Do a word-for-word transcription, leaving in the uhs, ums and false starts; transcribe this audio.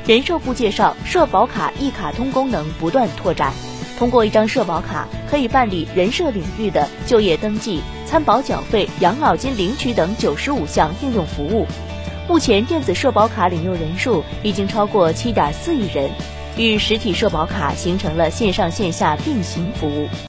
人社部介绍，社保卡一卡通功能不断拓展，通过一张社保卡可以办理人社领域的就业登记、参保缴费、养老金领取等九十五项应用服务。目前，电子社保卡领用人数已经超过 七点四亿人，与实体社保卡形成了线上线下并行服务。